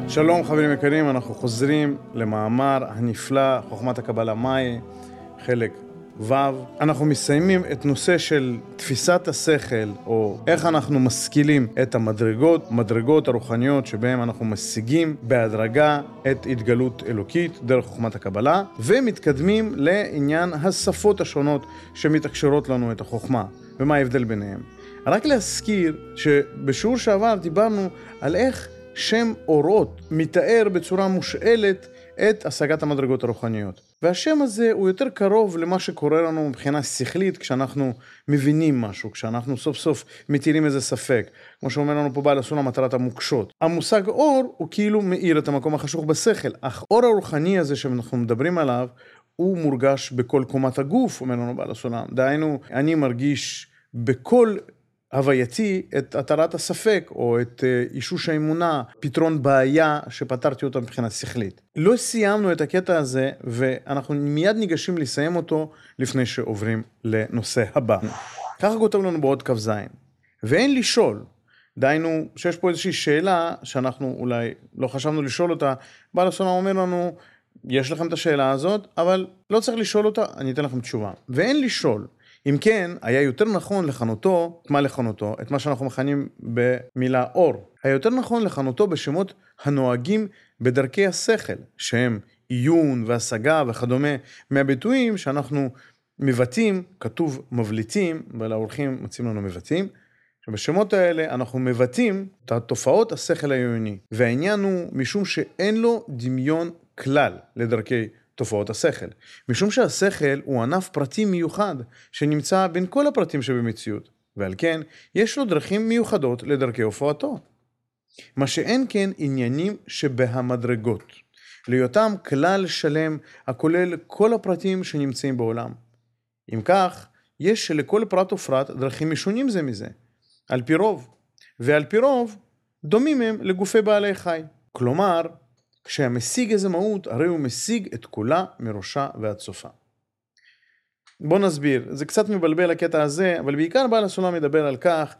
שלום חברים יקרים, אנחנו חוזרים למאמר הנפלא, חוכמת הקבלה מהי, חלק ו'. אנחנו מסיימים את נושא של תפיסת השכל, או איך אנחנו משכילים את מדרגות הרוחניות שבהם אנחנו משיגים בהדרגה את התגלות אלוקית דרך חוכמת הקבלה, ומתקדמים לעניין השפות השונות שמתקשרות לנו את החוכמה, ומה ההבדל ביניהם. רק להזכיר שבשיעור שעבר דיברנו על איך שם אורות מתאר בצורה מושאלת את השגת המדרגות הרוחניות. והשם הזה הוא יותר קרוב למה שקורה לנו מבחינה שכלית כשאנחנו מבינים משהו, כשאנחנו סוף סוף מטילים איזה ספק. כמו שאומר לנו פה בעל הסולם, מטרת המוקשות. המושג אור הוא כאילו מאיר את המקום החשוך בשכל, אך אור הרוחני הזה שאנחנו מדברים עליו, הוא מורגש בכל קומת הגוף, אומר לנו בעל הסולם. דהיינו, אני מרגיש בכל הווייתי את התרת הספק, או את אישוש האמונה, פתרון בעיה שפתרתי אותה מבחינה שכלית. לא סיימנו את הקטע הזה, ואנחנו מיד ניגשים לסיים אותו לפני שעוברים לנושא הבא. ככה כותב לנו בעוד כף זין. ואין לשאול, דהיינו שיש פה איזושהי שאלה שאנחנו אולי לא חשבנו לשאול אותה, בעל הסולם אומר לנו, יש לכם את השאלה הזאת, אבל לא צריך לשאול אותה, אני אתן לכם תשובה. ואין לשאול. אם כן, היה יותר נכון לכנותו, את מה שאנחנו מכנים במילה אור. היה יותר נכון לכנותו בשמות הנוהגים בדרכי השכל, שהם עיון והשגה וכדומה, מהביטויים שאנחנו מבטאים, כתוב מבליטים, ולאורחים מציעים לנו מבטאים, שבשמות האלה אנחנו מבטאים את התופעות השכל העיוני, והעניין הוא משום שאין לו דמיון כלל לדרכי תופעות השכל. משום שהשכל הוא ענף פרטי מיוחד שנמצא בין כל הפרטים שבמציאות, ועל כן יש לו דרכים מיוחדות לדרכי הופעתו. מה שאין כן עניינים שבהמדרגות, להיותם כלל שלם הכולל כל הפרטים שנמצאים בעולם. אם כך, יש שלכל פרט ופרט דרכים משונים זה מזה, על פי רוב, ועל פי רוב דומים הם לגופי בעלי חי. כלומר, כשהמשיג איזה מהות, הרי הוא משיג את כולה מראשה ועד סופה. בוא נסביר, זה קצת מבלבל הקטע הזה, אבל בעיקר בעל הסולם מדבר על כך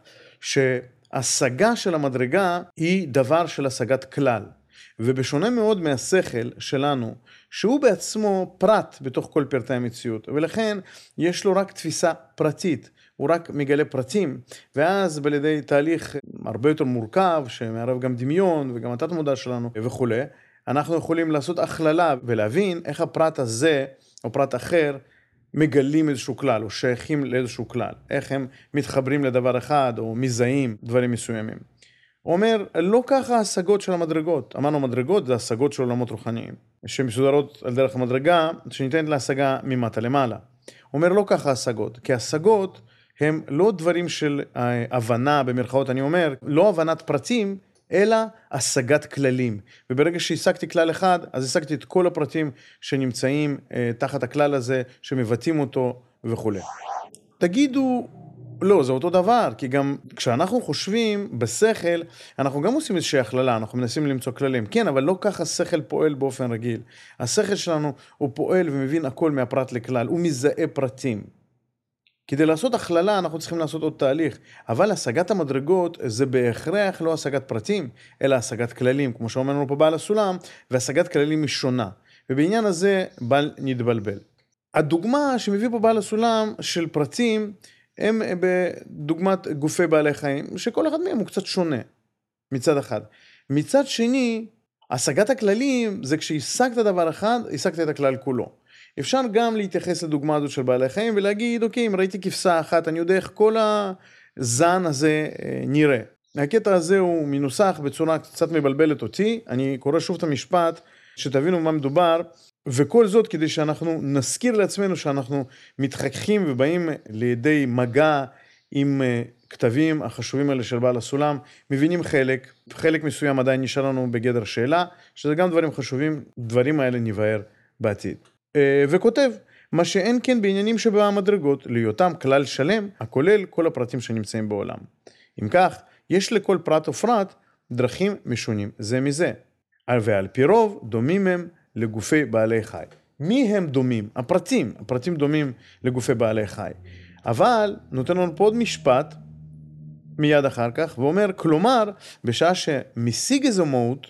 שהשגה של המדרגה היא דבר של השגת כלל. ובשונה מאוד מהשכל שלנו, שהוא בעצמו פרט בתוך כל פרטי המציאות, ולכן יש לו רק תפיסה פרטית, הוא רק מגלה פרטים, ואז על ידי תהליך הרבה יותר מורכב, שמערב גם דמיון וגם התת מודע שלנו וכו', אנחנו יכולים לעשות הכללה ולהבין איך הפרט הזה או פרט אחר מגלים איזשהו כלל או שייכים לאיזשהו כלל, איך הם מתחברים לדבר אחד או מזהים דברים מסוימים. הוא אומר, לא ככה ההשגות של המדרגות. אמרנו מדרגות זה השגות של עולמות רוחניים, שמסודרות על דרך המדרגה שניתנת להשגה ממטה למעלה. הוא אומר, לא ככה ההשגות, כי ההשגות הם לא דברים של הבנה במרכאות, אני אומר, לא הבנת פרטים, אלא השגת כללים. וברגע שהשגתי כלל אחד, אז השגתי את כל הפרטים שנמצאים תחת הכלל הזה, שמבטאים אותו וכו'. תגידו, לא, זה אותו דבר, כי גם כשאנחנו חושבים בשכל, אנחנו גם עושים איזושהי הכללה, אנחנו מנסים למצוא כללים. כן, אבל לא ככה השכל פועל באופן רגיל. השכל שלנו הוא פועל ומבין הכל מהפרט לכלל, הוא מזהה פרטים. כדי לעשות הכללה אנחנו צריכים לעשות עוד תהליך, אבל השגת המדרגות זה בהכרח לא השגת פרטים, אלא השגת כללים, כמו שאומר לנו פה בעל הסולם, והשגת כללים היא שונה, ובעניין הזה בל נתבלבל. הדוגמה שמביא פה בעל הסולם של פרטים, הם בדוגמת גופי בעלי חיים, שכל אחד מהם הוא קצת שונה, מצד אחד. מצד שני, השגת הכללים זה כשהשגת דבר אחד, השגת את הכלל כולו. אפשר גם להתייחס לדוגמה הזאת של בעלי חיים ולהגיד, אוקיי, אם ראיתי כבשה אחת, אני יודע איך כל הזן הזה נראה. הקטע הזה הוא מנוסח בצורה קצת מבלבלת אותי, אני קורא שוב את המשפט, שתבינו מה מדובר, וכל זאת כדי שאנחנו נזכיר לעצמנו שאנחנו מתחככים ובאים לידי מגע עם כתבים החשובים האלה של בעל הסולם, מבינים חלק מסוים עדיין נשאר לנו בגדר שאלה, שזה גם דברים חשובים, דברים האלה נבהר בעתיד. וכותב, מה שאין כן בעניינים שבמדרגות, להיותם כלל שלם, הכולל כל הפרטים שנמצאים בעולם. אם כך, יש לכל פרט ופרט דרכים משונים זה מזה, ועל פי רוב דומים הם לגופי בעלי חי. מי הם דומים? הפרטים דומים לגופי בעלי חי. אבל נותן לנו פה עוד משפט, מיד אחר כך, ואומר, כלומר, בשעה שמשיג איזו מהות,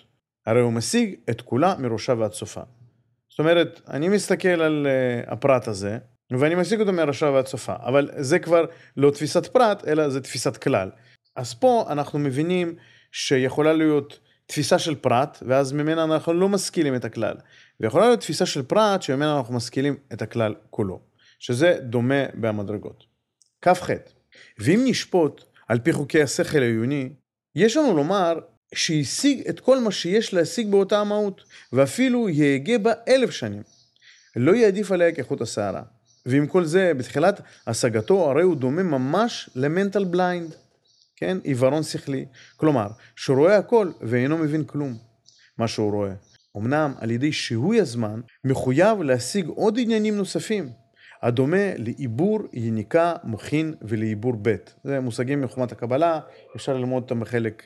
הרי הוא משיג את כולה מראשה ועד סופה. זאת אומרת, אני מסתכל על הפרט הזה, ואני משיג אותו מראשה ועד סופה, אבל זה כבר לא תפיסת פרט, אלא זה תפיסת כלל. אז פה אנחנו מבינים שיכולה להיות תפיסה של פרט, ואז ממנה אנחנו לא משכילים את הכלל. ויכולה להיות תפיסה של פרט, שממנה אנחנו משכילים את הכלל כולו. שזה דומה במדרגות. כ"ח. ואם נשפוט על פי חוקי השכל העיוני, יש לנו לומר שישיג את כל מה שיש להשיג באותה המהות, ואפילו יהגה בה 1000 שנים. לא יעדיף עליה כחוט השערה. ועם כל זה, בתחילת השגתו, הרי הוא דומה ממש למנטל בליינד, כן? עיוורון שכלי. כלומר, שרואה הכל ואינו מבין כלום מה שהוא רואה. אמנם על ידי שיהוי הזמן, מחויב להשיג עוד עניינים נוספים, הדומה לעיבור, יניקה, מוחין ולעיבור ב'. זה מושגים מחוכמת הקבלה, אפשר ללמוד אותם בחלק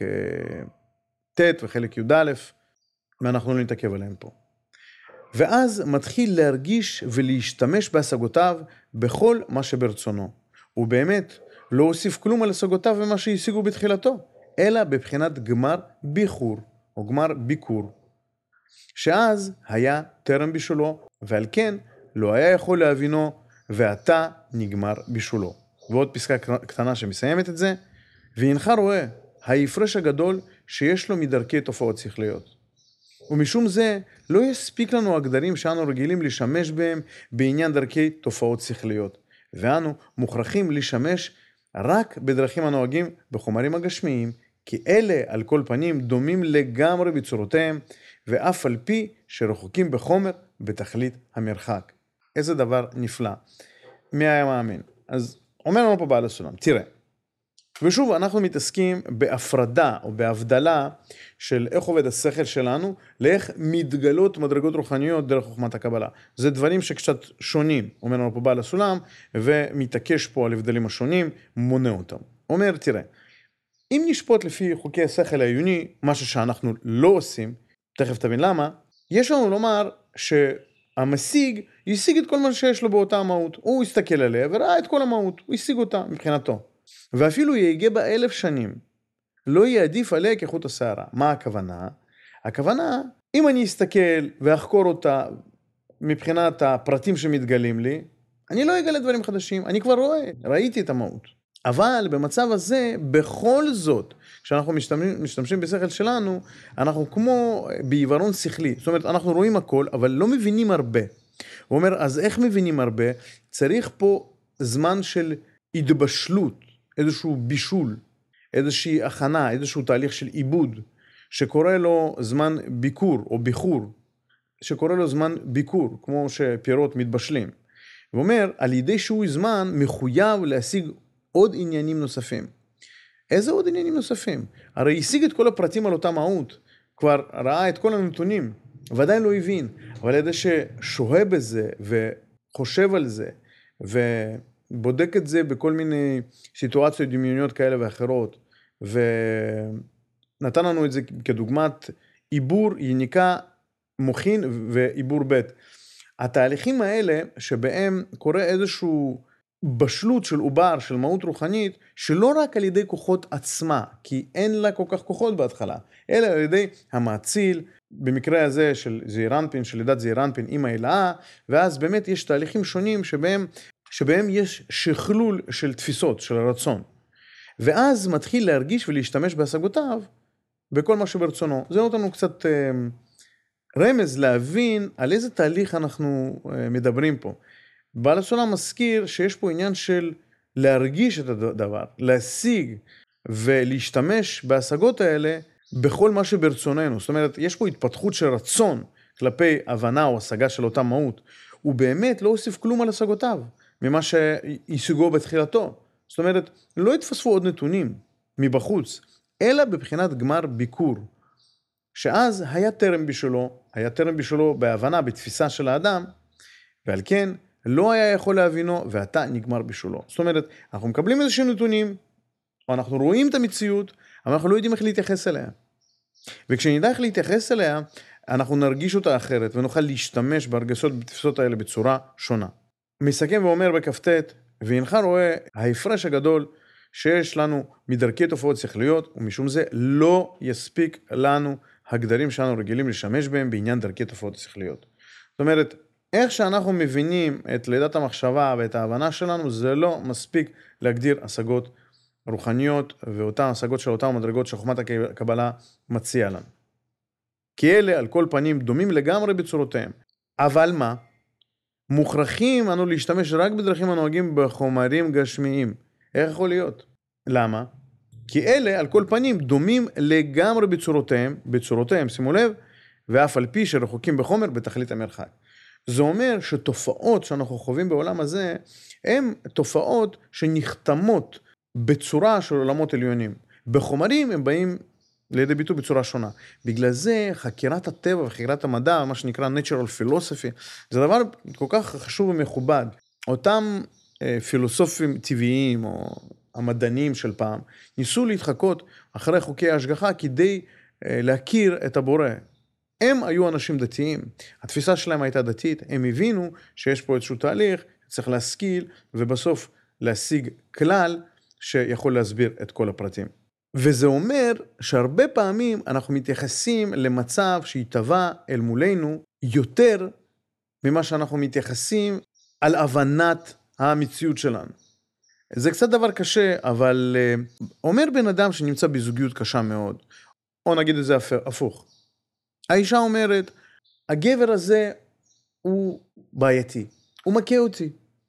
ט' וחלק י"א, ואנחנו לא נתעכב עליהם פה. ואז מתחיל להרגיש ולהשתמש בהשגותיו בכל מה שברצונו. הוא באמת לא הוסיף כלום על השגותיו ומה שהשיגו בתחילתו, אלא בבחינת גמר ביחור, או גמר ביקור, שאז היה טרם בישולו, ועל כן לא היה יכול להבינו, ועתה נגמר בישולו. ועוד פסקה קטנה שמסיימת את זה, והנך רואה ההפרש הגדול שיש לו מדרכי תופעות שכליות. ומשום זה לא יספיק לנו הגדרים שאנו רגילים לשמש בהם בעניין דרכי תופעות שכליות, ואנו מוכרחים לשמש רק בדרכים הנוהגים בחומרים הגשמיים, כי אלה על כל פנים דומים לגמרי בצורותיהם, ואף על פי שרחוקים בחומר בתכלית המרחק. איזה דבר נפלא. מי היה מאמין? אז אומר לנו פה בעל הסולם, תראה, ושוב אנחנו מתעסקים בהפרדה או בהבדלה של איך עובד השכל שלנו, לאיך מתגלות מדרגות רוחניות דרך חוכמת הקבלה. זה דברים שקצת שונים, אומר לנו פה בעל הסולם, ומתעקש פה על הבדלים השונים, מונה אותם. אומר, תראה, אם נשפוט לפי חוקי השכל העיוני, משהו שאנחנו לא עושים, תכף תבין למה, יש לנו לומר שהמשיג ישיג את כל מה שיש לו באותה המהות. הוא הסתכל עליה וראה את כל המהות, הוא השיג אותה מבחינתו. ואפילו יהגה בה 1000 שנים, לא יעדיף עליה כחוט השערה. מה הכוונה? הכוונה, אם אני אסתכל ואחקור אותה מבחינת הפרטים שמתגלים לי, אני לא אגלה דברים חדשים, אני כבר ראיתי את המהות. אבל במצב הזה, בכל זאת, כשאנחנו משתמשים בשכל שלנו, אנחנו כמו בעיוורון שכלי. זאת אומרת, אנחנו רואים הכל, אבל לא מבינים הרבה. הוא אומר, אז איך מבינים הרבה? צריך פה זמן של התבשלות, איזשהו בישול, איזושהי הכנה, איזשהו תהליך של עיבוד, שקורא לו זמן ביקור או ביחור, שקורא לו זמן ביקור, כמו שפירות מתבשלים. הוא אומר, על ידי שהוא זמן מחויב להשיג עוד עניינים נוספים. איזה עוד עניינים נוספים? הרי השיג את כל הפרטים על אותה מהות, כבר ראה את כל הנתונים, ודאי לא הבין, אבל על ידי ששוהה בזה וחושב על זה, ובודק את זה בכל מיני סיטואציות דמיוניות כאלה ואחרות, ונתן לנו את זה כדוגמת עיבור, יניקה, מוחין ועיבור ב'. התהליכים האלה שבהם קורה איזשהו בשלות של עובר, של מהות רוחנית, שלא רק על ידי כוחות עצמה, כי אין לה כל כך כוחות בהתחלה, אלא על ידי המאציל, במקרה הזה של זעירנפין, של לידת זעירנפין עם ההילאה, ואז באמת יש תהליכים שונים שבהם יש שכלול של תפיסות, של הרצון. ואז מתחיל להרגיש ולהשתמש בהשגותיו בכל מה שברצונו. זה נותן לנו קצת רמז להבין על איזה תהליך אנחנו מדברים פה. בעל הסולם מזכיר שיש פה עניין של להרגיש את הדבר, להשיג ולהשתמש בהשגות האלה בכל מה שברצוננו. זאת אומרת, יש פה התפתחות של רצון כלפי הבנה או השגה של אותה מהות. הוא באמת לא הוסיף כלום על השגותיו ממה שהשיגו בתחילתו. זאת אומרת, לא התפספו עוד נתונים מבחוץ, אלא בבחינת גמר ביקור, שאז היה טרם בשלו בהבנה, בתפיסה של האדם, ועל כן לא היה יכול להבינו, ועתה נגמר בשלו. זאת אומרת, אנחנו מקבלים איזשהם נתונים, או אנחנו רואים את המציאות, אבל אנחנו לא יודעים איך להתייחס אליה. וכשנדע איך להתייחס אליה, אנחנו נרגיש אותה אחרת, ונוכל להשתמש בהרגשות בתפיסות האלה בצורה שונה. מסכם ואומר בכ"ט, והנך רואה ההפרש הגדול שיש לנו מדרכי תופעות שכליות, ומשום זה לא יספיק לנו הגדרים שאנו רגילים לשמש בהם בעניין דרכי תופעות שכליות. זאת אומרת, איך שאנחנו מבינים את לידת המחשבה ואת ההבנה שלנו, זה לא מספיק להגדיר השגות רוחניות ואותן השגות של אותן מדרגות שחוכמת הקבלה מציעה לנו. כי אלה על כל פנים דומים לגמרי בצורותיהם. אבל מה? מוכרחים אנו להשתמש רק בדרכים הנוהגים בחומרים גשמיים. איך יכול להיות? למה? כי אלה על כל פנים דומים לגמרי בצורותיהם, שימו לב, ואף על פי שרחוקים בחומר בתכלית המרחק. זה אומר שתופעות שאנחנו חווים בעולם הזה, הן תופעות שנחתמות בצורה של עולמות עליונים. בחומרים הם באים לידי ביטוי בצורה שונה. בגלל זה חקירת הטבע וחקירת המדע, מה שנקרא natural philosophy, זה דבר כל כך חשוב ומכובד. אותם פילוסופים טבעיים או המדענים של פעם, ניסו להתחקות אחרי חוקי ההשגחה כדי להכיר את הבורא. הם היו אנשים דתיים, התפיסה שלהם הייתה דתית, הם הבינו שיש פה איזשהו תהליך, צריך להשכיל ובסוף להשיג כלל שיכול להסביר את כל הפרטים. וזה אומר שהרבה פעמים אנחנו מתייחסים למצב שהתהווה אל מולנו יותר ממה שאנחנו מתייחסים על הבנת המציאות שלנו. זה קצת דבר קשה, אבל אומר בן אדם שנמצא בזוגיות קשה מאוד, או נגיד את זה הפוך. האישה אומרת, הגבר הזה הוא בעייתי, הוא מכה אותי.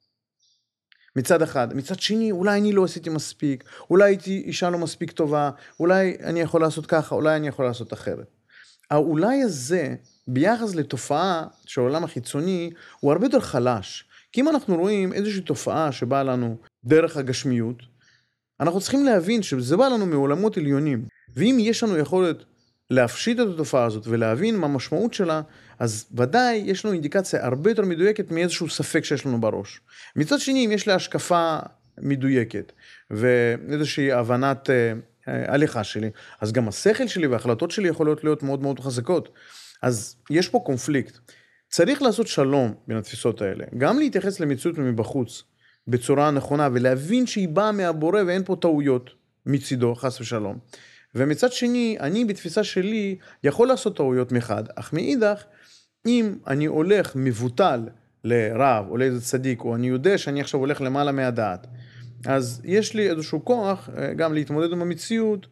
מצד אחד. מצד שני, אולי אני לא עשיתי מספיק, אולי הייתי אישה לא מספיק טובה, אולי אני יכול לעשות ככה, אולי אני יכול לעשות אחרת. האולי הזה, ביחס לתופעה של העולם החיצוני, הוא הרבה יותר חלש. כי אם אנחנו רואים איזושהי תופעה שבאה לנו דרך הגשמיות, אנחנו צריכים להבין שזה בא לנו מעולמות עליונים. ואם יש לנו יכולת להפשיט את התופעה הזאת ולהבין מה המשמעות שלה, אז ודאי יש לנו אינדיקציה הרבה יותר מדויקת מאיזשהו ספק שיש לנו בראש. מצד שני, אם יש לי השקפה מדויקת ואיזושהי הבנת הליכה שלי, אז גם השכל שלי וההחלטות שלי יכולות להיות מאוד מאוד חזקות. אז יש פה קונפליקט. צריך לעשות שלום בין התפיסות האלה, גם להתייחס למציאות מבחוץ בצורה נכונה ולהבין שהיא באה מהבורא ואין פה טעויות מצידו, חס ושלום. ומצד שני, אני בתפיסה שלי יכול לעשות טעויות מחד, אך מאידך, אם אני הולך מבוטל לרב או לאיזה צדיק, או אני יודע שאני עכשיו הולך למעלה מהדעת, אז יש לי איזשהו כוח גם להתמודד עם המציאות,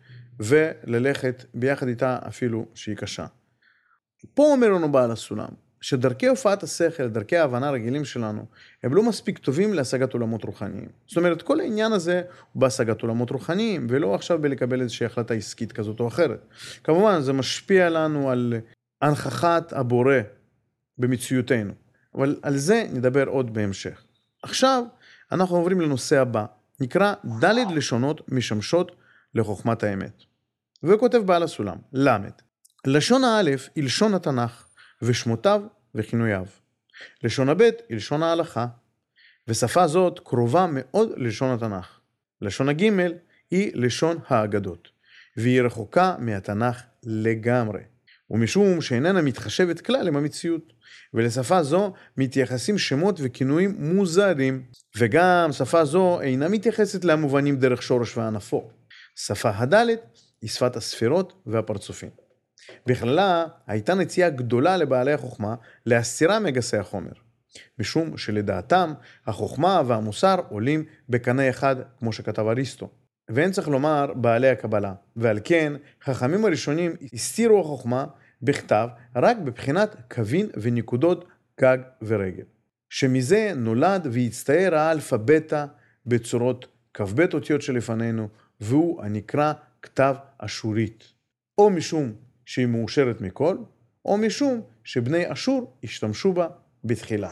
וללכת ביחד איתה אפילו שהיא קשה. פה אומר לנו בעל הסולם, שדרכי הופעת השכל, דרכי ההבנה הרגילים שלנו, הם לא מספיק טובים להשגת עולמות רוחניים. זאת אומרת, כל העניין הזה הוא בהשגת עולמות רוחניים, ולא עכשיו בלקבל איזושהי החלטה עסקית כזאת או אחרת. כמובן, זה משפיע לנו על הנכחת הבורא במציאותנו, אבל על זה נדבר עוד בהמשך. עכשיו, אנחנו עוברים לנושא הבא, נקרא ד' לשונות משמשות לחוכמת האמת. וכותב בעל הסולם, למד. לשון האלף היא לשון התנ"ך, ושמותיו וכינוייו. לשון הבית היא לשון ההלכה, ושפה זאת קרובה מאוד ללשון התנ"ך. לשון הגימל היא לשון האגדות, והיא רחוקה מהתנ"ך לגמרי, ומשום שאיננה מתחשבת כלל עם המציאות, ולשפה זו מתייחסים שמות וכינויים מוזרים, וגם שפה זו אינה מתייחסת למובנים דרך שורש וענפו. שפה הדלת היא שפת הספירות והפרצופים. בכללה הייתה נטייה גדולה לבעלי החוכמה להסירה מגסי החומר, משום שלדעתם החוכמה והמוסר עולים בקנה אחד כמו שכתב אריסטו. ואין צריך לומר בעלי הקבלה, ועל כן חכמים הראשונים הסתירו החוכמה בכתב רק בבחינת קווין ונקודות גג ורגל, שמזה נולד והצטייר האלפא בטא בצורות כ"ב אותיות שלפנינו, והוא הנקרא כתב אשורית, או משום שהיא מאושרת מכל, או משום שבני אשור השתמשו בה בתחילה.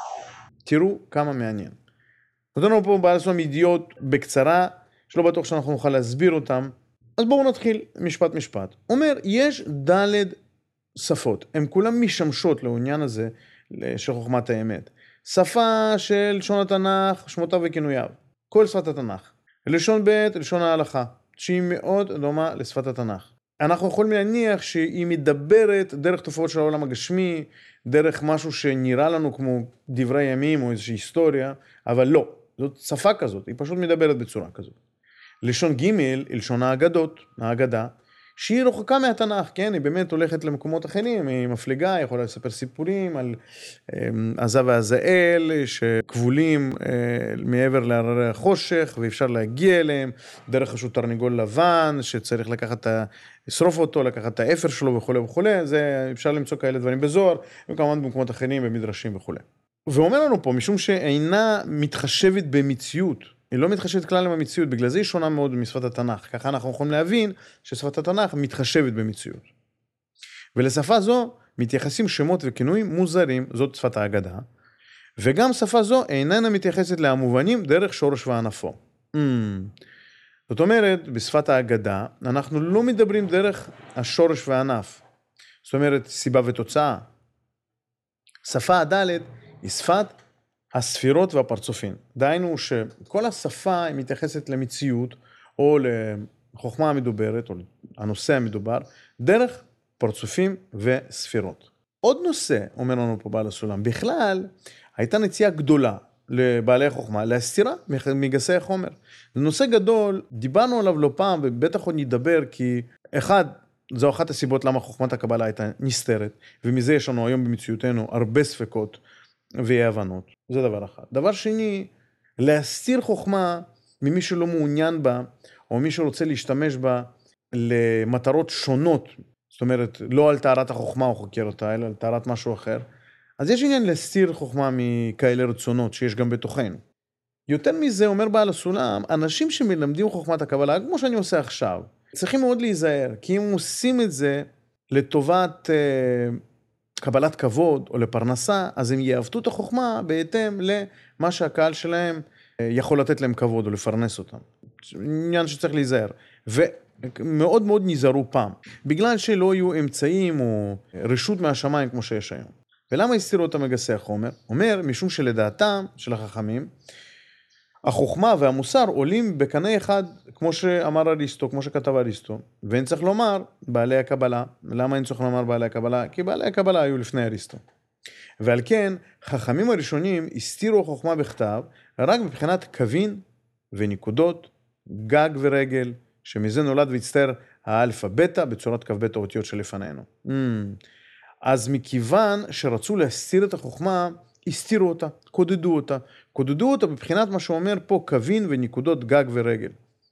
תראו כמה מעניין. נותנו פה בעל הסולם ידיעות בקצרה, שלא בטוח שאנחנו נוכל להסביר אותם, אז בואו נתחיל משפט משפט. אומר, יש ד' שפות, הן כולן משמשות לעניין הזה של חוכמת האמת. שפה של לשון התנ"ך, שמותיו וכינוייו, כל שפת התנ"ך. לשון ב', לשון ההלכה, שהיא מאוד דומה לשפת התנ"ך. אנחנו יכולים להניח שהיא מדברת דרך תופעות של העולם הגשמי, דרך משהו שנראה לנו כמו דברי ימים או איזושהי היסטוריה, אבל לא, זאת שפה כזאת, היא פשוט מדברת בצורה כזאת. לשון ג' היא לשון האגדות, ההגדה, שהיא רחוקה מהתנ"ך, כן? היא באמת הולכת למקומות אחרים, היא מפליגה, היא יכולה לספר סיפורים על עזה ועזאל, שכבולים מעבר להררי החושך, ואפשר להגיע אליהם, דרך רשות תרנגול לבן, שצריך לשרוף אותו, לקחת את האפר שלו וכו' וכו', זה אפשר למצוא כאלה דברים בזוהר, וכמובן במקומות אחרים, במדרשים וכו'. ואומר לנו פה, משום שאינה מתחשבת במציאות, היא לא מתחשבת כלל עם המציאות, בגלל זה היא שונה מאוד משפת התנ"ך. ככה אנחנו יכולים להבין ששפת התנ"ך מתחשבת במציאות. ולשפה זו מתייחסים שמות וכינויים מוזרים, זאת שפת ההגדה, וגם שפה זו איננה מתייחסת למובנים דרך שורש וענפו. זאת אומרת, בשפת ההגדה, אנחנו לא מדברים דרך השורש והענף. זאת אומרת, סיבה ותוצאה. שפה הדלת היא שפת הספירות והפרצופים. דהיינו שכל השפה היא מתייחסת למציאות, או לחוכמה המדוברת, או הנושא המדובר, דרך פרצופים וספירות. עוד נושא, אומר לנו פה בעל הסולם, בכלל הייתה נטייה גדולה לבעלי החוכמה להסתירה מגסי החומר. זה נושא גדול, דיברנו עליו לא פעם, ובטח עוד נדבר, כי זו אחת הסיבות למה חוכמת הקבלה הייתה נסתרת, ומזה יש לנו היום במציאותנו הרבה ספקות ואי הבנות. זה דבר אחד. דבר שני, להסתיר חוכמה ממי שלא מעוניין בה, או מי שרוצה להשתמש בה למטרות שונות, זאת אומרת, לא על טהרת החוכמה או חוקר אותה, אלא על טהרת משהו אחר. אז יש עניין להסתיר חוכמה מכאלה רצונות שיש גם בתוכנו. יותר מזה, אומר בעל הסולם, אנשים שמלמדים חוכמת הקבלה, כמו שאני עושה עכשיו, צריכים מאוד להיזהר, כי אם עושים את זה לטובת קבלת כבוד או לפרנסה, אז הם יעבדו את החוכמה בהתאם למה שהקהל שלהם יכול לתת להם כבוד או לפרנס אותם. עניין שצריך להיזהר. ומאוד מאוד נזהרו פעם, בגלל שלא יהיו אמצעים או רשות מהשמיים כמו שיש היום. ולמה הסתירו אותם מגסי החומר? אומר, משום שלדעתם של החכמים, החוכמה והמוסר עולים בקנה אחד, כמו שאמר אריסטו, כמו שכתב אריסטו, ואין צריך לומר בעלי הקבלה. למה אין צריך לומר בעלי הקבלה? כי בעלי הקבלה היו לפני אריסטו. ועל כן, חכמים הראשונים הסתירו החוכמה בכתב, רק מבחינת קווין ונקודות, גג ורגל, שמזה נולד והצטער האלפא בטא בצורת קו בטא אותיות שלפנינו. אז מכיוון שרצו להסתיר את החוכמה, הסתירו אותה, קודדו אותה בבחינת מה שאומר פה קווין ונקודות גג ורגל.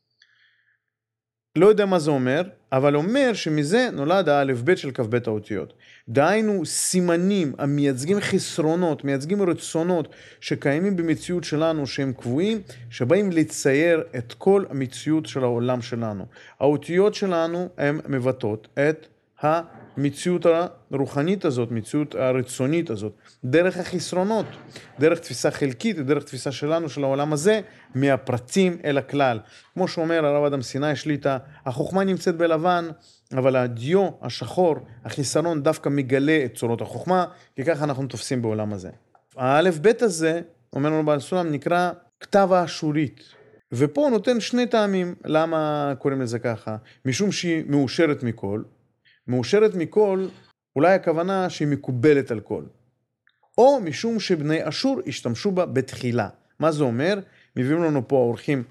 לא יודע מה זה אומר, אבל אומר שמזה נולד האלף בית של קו בית האותיות. דהיינו סימנים המייצגים חסרונות, מייצגים רצונות שקיימים במציאות שלנו שהם קבועים, שבאים לצייר את כל המציאות של העולם שלנו. האותיות שלנו הן מבטאות את המציאות הרוחנית הזאת, מציאות הרצונית הזאת, דרך החסרונות, דרך תפיסה חלקית, דרך תפיסה שלנו של העולם הזה, מהפרטים אל הכלל. כמו שאומר הרב אדם סיני שליט"א, החוכמה נמצאת בלבן, אבל הדיו, השחור, החיסרון דווקא מגלה את צורות החוכמה, כי ככה אנחנו תופסים בעולם הזה. האלף בית הזה, אומר לנו בעל סולם, נקרא כתב האשורית. ופה הוא נותן שני טעמים, למה קוראים לזה ככה? משום שהיא מאושרת מכל, מאושרת מכל, אולי הכוונה שהיא מקובלת על כל. או משום שבני אשור השתמשו בה בתחילה. מה זה אומר? מביאים לנו פה האורחים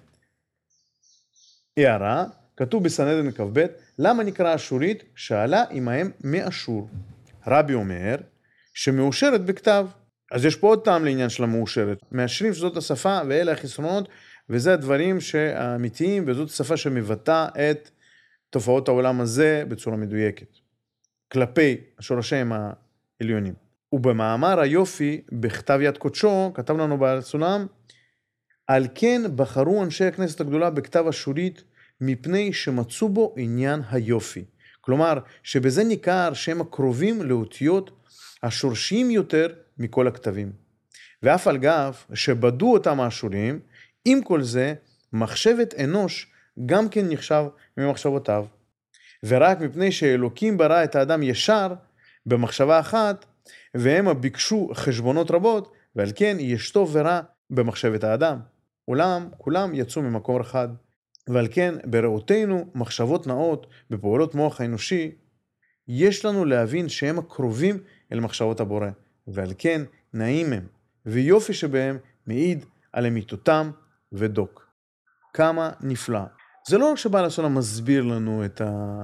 הערה, כתוב בסנהדרין כ"ב, למה נקרא אשורית? שאלה עמהם מאשור. רבי אומר שמאושרת בכתב. אז יש פה עוד טעם לעניין של המאושרת. מאשרים שזאת השפה ואלה החסרונות, וזה הדברים האמיתיים, וזאת שפה שמבטא את תופעות העולם הזה בצורה מדויקת. כלפי השורשים העליונים. ובמאמר היופי, בכתב יד קודשו, כתב לנו בעל סולם, על כן בחרו אנשי הכנסת הגדולה בכתב אשורית, מפני שמצאו בו עניין היופי. כלומר, שבזה ניכר שהם הקרובים לאותיות השורשיים יותר מכל הכתבים. ואף על גב שבדו אותם האשורים, עם כל זה, מחשבת אנוש גם כן נחשב ממחשבותיו. ורק מפני שאלוקים ברא את האדם ישר במחשבה אחת, והם ביקשו חשבונות רבות, ועל כן יש טוב ורע במחשבת האדם. אולם כולם יצאו ממקום אחד, ועל כן בראותנו מחשבות נאות בפעולות מוח האנושי, יש לנו להבין שהם הקרובים אל מחשבות הבורא, ועל כן נעים הם, ויופי שבהם מעיד על אמיתותם ודוק. כמה נפלא. זה לא רק שבעל הסולם מסביר לנו את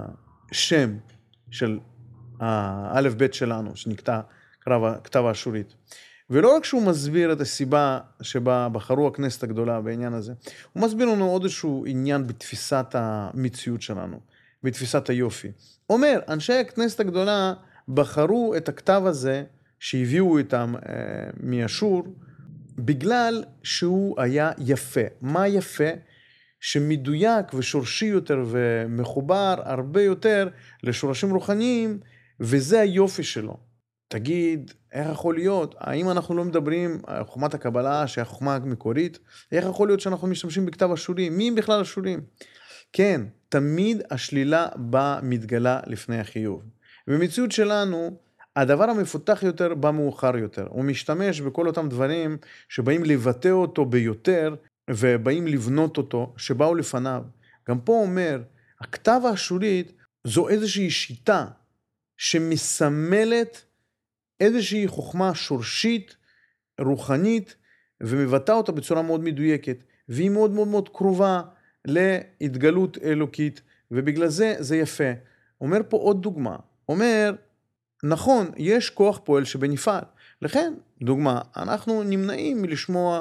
שם של האלף בית שלנו, שנקרא כתב האשורית. ולא רק שהוא מסביר את הסיבה שבה בחרו הכנסת הגדולה בעניין הזה, הוא מסביר לנו עוד איזשהו עניין בתפיסת המציאות שלנו, בתפיסת היופי. אומר, אנשי הכנסת הגדולה בחרו את הכתב הזה שהביאו איתם מאשור, בגלל שהוא היה יפה. מה יפה? שמדויק ושורשי יותר ומחובר הרבה יותר לשורשים רוחניים, וזה היופי שלו. תגיד, איך יכול להיות? האם אנחנו לא מדברים על חוכמת הקבלה, שהיא החוכמה המקורית? איך יכול להיות שאנחנו משתמשים בכתב אשורי? מי בכלל אשורים? כן, תמיד השלילה באה מתגלה לפני החיוב. במציאות שלנו, הדבר המפותח יותר בא מאוחר יותר. הוא משתמש בכל אותם דברים שבאים לבטא אותו ביותר, ובאים לבנות אותו, שבאו לפניו. גם פה אומר, הכתב האשורית זו איזושהי שיטה שמסמלת איזושהי חוכמה שורשית, רוחנית, ומבטא אותה בצורה מאוד מדויקת, והיא מאוד מאוד מאוד קרובה להתגלות אלוקית, ובגלל זה זה יפה. אומר פה עוד דוגמה, אומר, נכון, יש כוח פועל שבנפעל, לכן, דוגמה, אנחנו נמנעים מלשמוע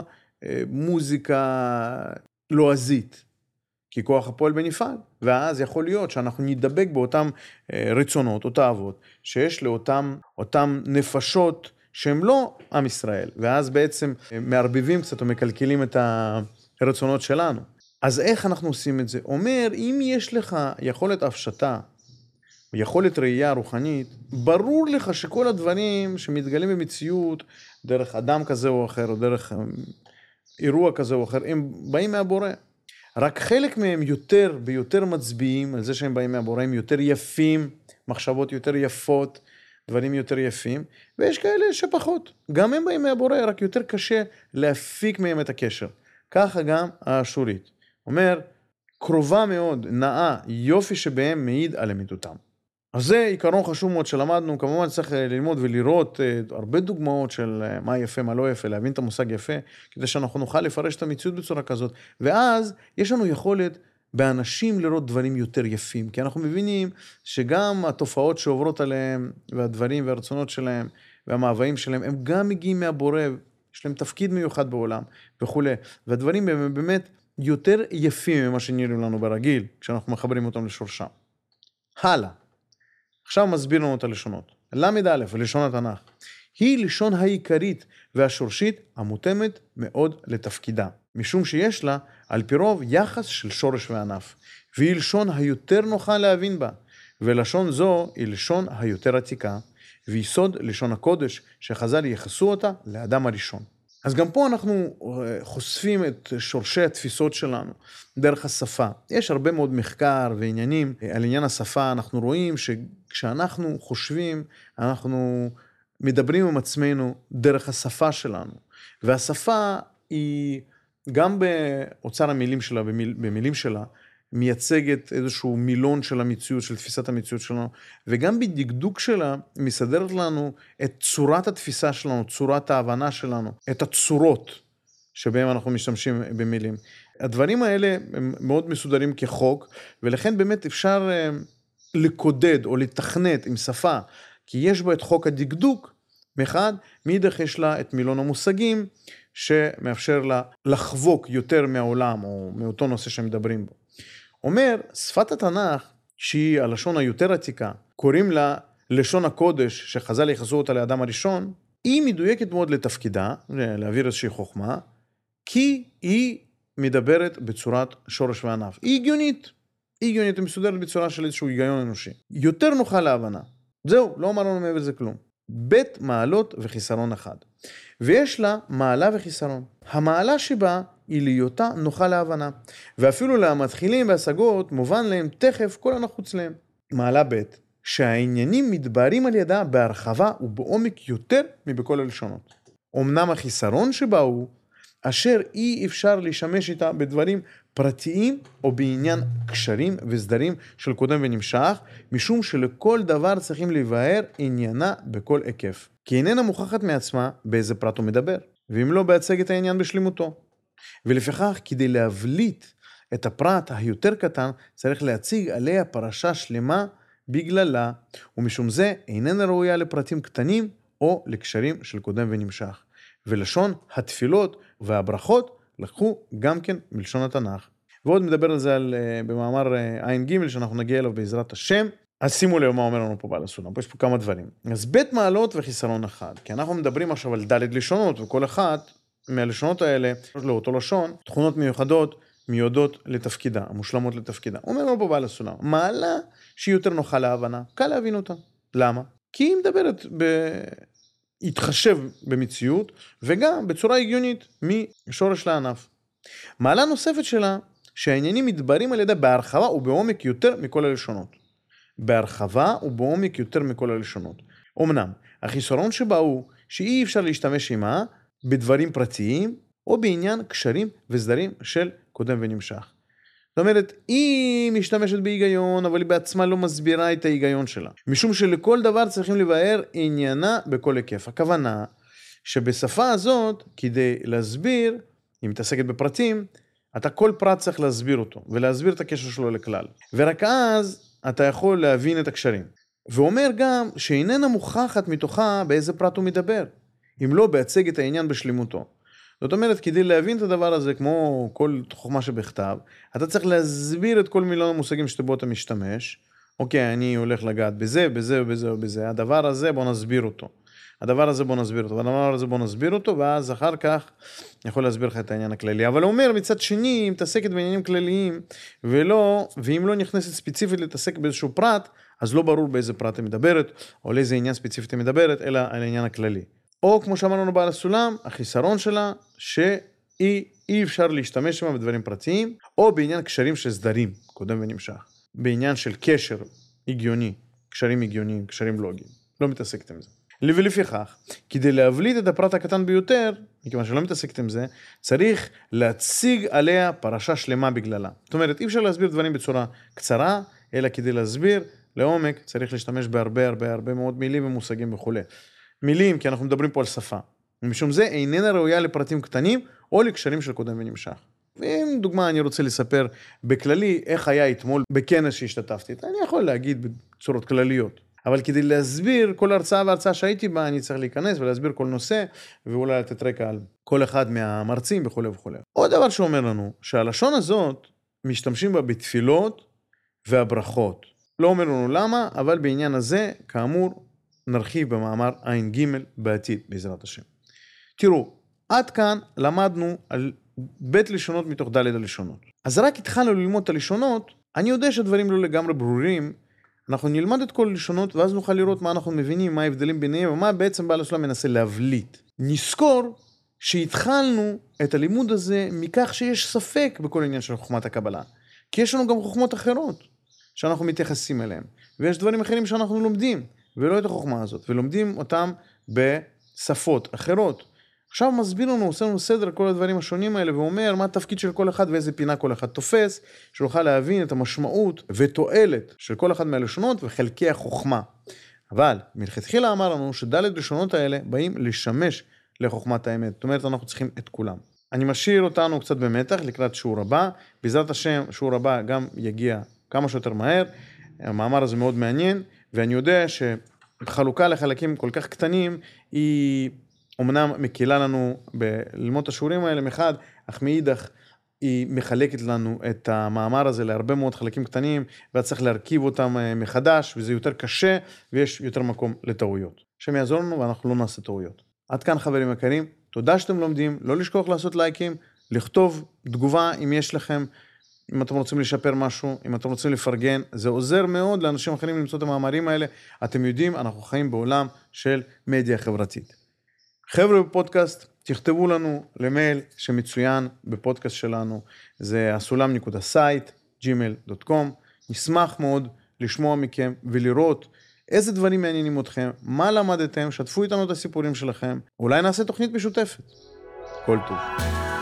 מוזיקה לועזית, כי כוח הפועל בנפעל, ואז יכול להיות שאנחנו נדבק באותם רצונות או תאוות, שיש לאותם נפשות שהם לא עם ישראל, ואז בעצם מערבבים קצת או מקלקלים את הרצונות שלנו. אז איך אנחנו עושים את זה? אומר, אם יש לך יכולת הפשטה, יכולת ראייה רוחנית, ברור לך שכל הדברים שמתגלים במציאות, דרך אדם כזה או אחר, או דרך אירוע כזה או אחר, הם באים מהבורא. רק חלק מהם יותר ויותר מצביעים על זה שהם באים מהבורא, הם יותר יפים, מחשבות יותר יפות, דברים יותר יפים, ויש כאלה שפחות. גם הם באים מהבורא, רק יותר קשה להפיק מהם את הקשר. ככה גם האשורית. אומר, קרובה מאוד, נאה, יופי שבהם מעיד על אמיתותם. אז זה עיקרון חשוב מאוד שלמדנו, כמובן צריך ללמוד ולראות הרבה דוגמאות של מה יפה, מה לא יפה, להבין את המושג יפה, כדי שאנחנו נוכל לפרש את המציאות בצורה כזאת. ואז יש לנו יכולת באנשים לראות דברים יותר יפים, כי אנחנו מבינים שגם התופעות שעוברות עליהם, והדברים והרצונות שלהם, והמאוויים שלהם, הם גם מגיעים מהבורא, יש להם תפקיד מיוחד בעולם וכו'. והדברים הם באמת יותר יפים ממה שנראים לנו ברגיל, כשאנחנו מחברים אותם לשורשם. הלאה. עכשיו מסביר לנו את הלשונות. למד א', לשון התנ"ך, היא לשון העיקרית והשורשית המותאמת מאוד לתפקידה, משום שיש לה על פי רוב יחס של שורש וענף, והיא לשון היותר נוחה להבין בה, ולשון זו היא לשון היותר עתיקה, והיא סוד לשון הקודש שחז"ל ייחסו אותה לאדם הראשון. אז גם פה אנחנו חושפים את שורשי התפיסות שלנו דרך השפה. יש הרבה מאוד מחקר ועניינים על עניין השפה. אנחנו רואים שכשאנחנו חושבים, אנחנו מדברים עם עצמנו דרך השפה שלנו. והשפה היא גם באוצר המילים שלה, במילים שלה, מייצגת איזשהו מילון של המציאות, של תפיסת המציאות שלנו, וגם בדקדוק שלה מסדרת לנו את צורת התפיסה שלנו, צורת ההבנה שלנו, את הצורות שבהם אנחנו משתמשים במילים. הדברים האלה הם מאוד מסודרים כחוק, ולכן באמת אפשר לקודד או לתכנת עם שפה, כי יש בה את חוק הדקדוק, מחד, מאידך יש לה את מילון המושגים, שמאפשר לה לחבוק יותר מהעולם, או מאותו נושא שמדברים בו. אומר, שפת התנ"ך, שהיא הלשון היותר עתיקה, קוראים לה לשון הקודש, שחז"ל ייחסו אותה לאדם הראשון, היא מדויקת מאוד לתפקידה, להעביר איזושהי חוכמה, כי היא מדברת בצורת שורש וענף. היא הגיונית, היא מסודרת בצורה של איזשהו היגיון אנושי. יותר נוחה להבנה. זהו, לא אמרנו מעבר לזה כלום. בית מעלות וחיסרון אחד. ויש לה מעלה וחיסרון. המעלה שבה היא להיותה נוחה להבנה. ואפילו למתחילים בהשגות מובן להם תכף כל הנחוץ להם. מעלה ב' שהעניינים מתבהרים על ידה בהרחבה ובעומק יותר מבכל הלשונות. אמנם החיסרון שבה הוא אשר אי אפשר לשמש איתה בדברים פרטיים או בעניין קשרים וסדרים של קודם ונמשך, משום שלכל דבר צריכים לבאר עניינה בכל היקף. כי איננה מוכחת מעצמה באיזה פרט הוא מדבר, ואם לא בהצג את העניין בשלימותו. ולפיכך, כדי להבליט את הפרט היותר קטן, צריך להציג עליה פרשה שלמה בגללה, ומשום זה איננה ראויה לפרטים קטנים או לקשרים של קודם ונמשך. ולשון התפילות והברכות לקחו גם כן מלשון התנ"ך. ועוד מדבר על זה במאמר עין ג' שאנחנו נגיע אליו בעזרת השם. אז שימו לב מה אומר לנו פה בעל הסולם, יש פה כמה דברים. אז בית מעלות וחיסרון אחד, כי אנחנו מדברים עכשיו על ד' לשונות, וכל אחת מהלשונות האלה, יש לו אותו לשון, תכונות מיוחדות, מיועדות לתפקידה, המושלמות לתפקידה. אומר לנו פה בעל הסולם, מעלה שהיא יותר נוחה להבנה, קל להבין אותה. למה? כי היא מדברת התחשב במציאות, וגם בצורה הגיונית משורש לענף. מעלה נוספת שלה, שהעניינים מתבררים על ידי בהרחבה ובעומק יותר מכל הלשונות. בהרחבה ובעומק יותר מכל הלשונות. אמנם, החיסרון שבה הוא שאי אפשר להשתמש עימה בדברים פרטיים, או בעניין קשרים וסדרים של קודם ונמשך. זאת אומרת, היא משתמשת בהיגיון, אבל היא בעצמה לא מסבירה את ההיגיון שלה. משום שלכל דבר צריכים לבאר עניינה בכל היקף. הכוונה שבשפה הזאת, כדי להסביר, היא מתעסקת בפרטים, אתה כל פרט צריך להסביר אותו, ולהסביר את הקשר שלו לכלל. ורק אז אתה יכול להבין את הקשרים. ואומר גם שאיננה מוכחת מתוכה באיזה פרט הוא מדבר, אם לא בהצג את העניין בשלמותו. זאת אומרת, כדי להבין את הדבר הזה, כמו כל חוכמה שבכתב, אתה צריך להסביר את כל מיליון המושגים שבו אתה משתמש. אוקיי, אני הולך לגעת בזה, בזה ובזה ובזה. הדבר הזה בוא נסביר אותו. הדבר הזה בוא נסביר אותו. והדבר הזה בוא נסביר אותו, ואז אחר כך יכול להסביר לך את העניין הכללי. אבל הוא אומר, מצד שני, היא מתעסקת בעניינים כלליים, ואם לא נכנסת ספציפית להתעסק באיזשהו פרט, אז לא ברור באיזה פרט היא מדברת, או לאיזה עניין ספציפית היא מדברת, אלא על העניין הכללי. או כמו שאמרנו בעל הסולם, החיסרון שלה, שאי אפשר להשתמש בה בדברים פרטיים, או בעניין קשרים של סדרים, קודם ונמשך. בעניין של קשר הגיוני, קשרים הגיוניים, קשרים לוגיים. לא מתעסקת עם זה. ולפיכך, כדי להבליט את הפרט הקטן ביותר, מכיוון שלא מתעסקת עם זה, צריך להציג עליה פרשה שלמה בגללה. זאת אומרת, אי אפשר להסביר דברים בצורה קצרה, אלא כדי להסביר לעומק, צריך להשתמש בהרבה מאוד מילים ומושגים וכו'. מילים, כי אנחנו מדברים פה על שפה. ומשום זה איננה ראויה לפרטים קטנים, או לקשרים של קודם ונמשך. ואם דוגמה אני רוצה לספר בכללי, איך היה אתמול בכנס שהשתתפתי, אני יכול להגיד בצורות כלליות. אבל כדי להסביר כל הרצאה והרצאה שהייתי בה, אני צריך להיכנס ולהסביר כל נושא, ואולי לתת רקע על כל אחד מהמרצים וכו' וכו'. עוד דבר שאומר לנו, שהלשון הזאת משתמשים בה בתפילות והברכות. לא אומר לנו למה, אבל בעניין הזה, כאמור, נרחיב במאמר עין ג' בעתיד, בעזרת השם. תראו, עד כאן למדנו על בית לשונות מתוך ד' הלשונות. אז רק התחלנו ללמוד את הלשונות, אני יודע שהדברים לא לגמרי ברורים, אנחנו נלמד את כל הלשונות, ואז נוכל לראות מה אנחנו מבינים, מה ההבדלים ביניהם, ומה בעצם בעל הסולם מנסה להבליט. נזכור שהתחלנו את הלימוד הזה מכך שיש ספק בכל עניין של חוכמת הקבלה. כי יש לנו גם חוכמות אחרות שאנחנו מתייחסים אליהן, ויש דברים אחרים שאנחנו לומדים, ולא את החוכמה הזאת, ולומדים אותם בשפות אחרות. עכשיו מסביר לנו, עושה לנו סדר כל הדברים השונים האלה, ואומר מה התפקיד של כל אחד ואיזה פינה כל אחד תופס, שנוכל להבין את המשמעות ותועלת של כל אחד מהלשונות וחלקי החוכמה. אבל מלכתחילה אמר לנו שד' לשונות האלה באים לשמש לחוכמת האמת. זאת אומרת, אנחנו צריכים את כולם. אני משאיר אותנו קצת במתח לקראת שיעור הבא. בעזרת השם, שיעור הבא גם יגיע כמה שיותר מהר. המאמר הזה מאוד מעניין, ואני יודע שחלוקה לחלקים כל כך קטנים היא אמנם מקילה לנו ללמוד את השיעורים האלה מחד, אך מאידך היא מחלקת לנו את המאמר הזה להרבה מאוד חלקים קטנים, ואז צריך להרכיב אותם מחדש, וזה יותר קשה, ויש יותר מקום לטעויות. השם יעזור לנו ואנחנו לא נעשה טעויות. עד כאן חברים יקרים, תודה שאתם לומדים, לא לשכוח לעשות לייקים, לכתוב תגובה אם יש לכם, אם אתם רוצים לשפר משהו, אם אתם רוצים לפרגן, זה עוזר מאוד לאנשים אחרים למצוא את המאמרים האלה. אתם יודעים, אנחנו חיים בעולם של מדיה חברתית. חבר'ה בפודקאסט, תכתבו לנו למייל שמצוין בפודקאסט שלנו, זה asulam.site@gmail.com. נשמח מאוד לשמוע מכם ולראות איזה דברים מעניינים אתכם, מה למדתם, שתפו איתנו את הסיפורים שלכם, אולי נעשה תוכנית משותפת. כל טוב.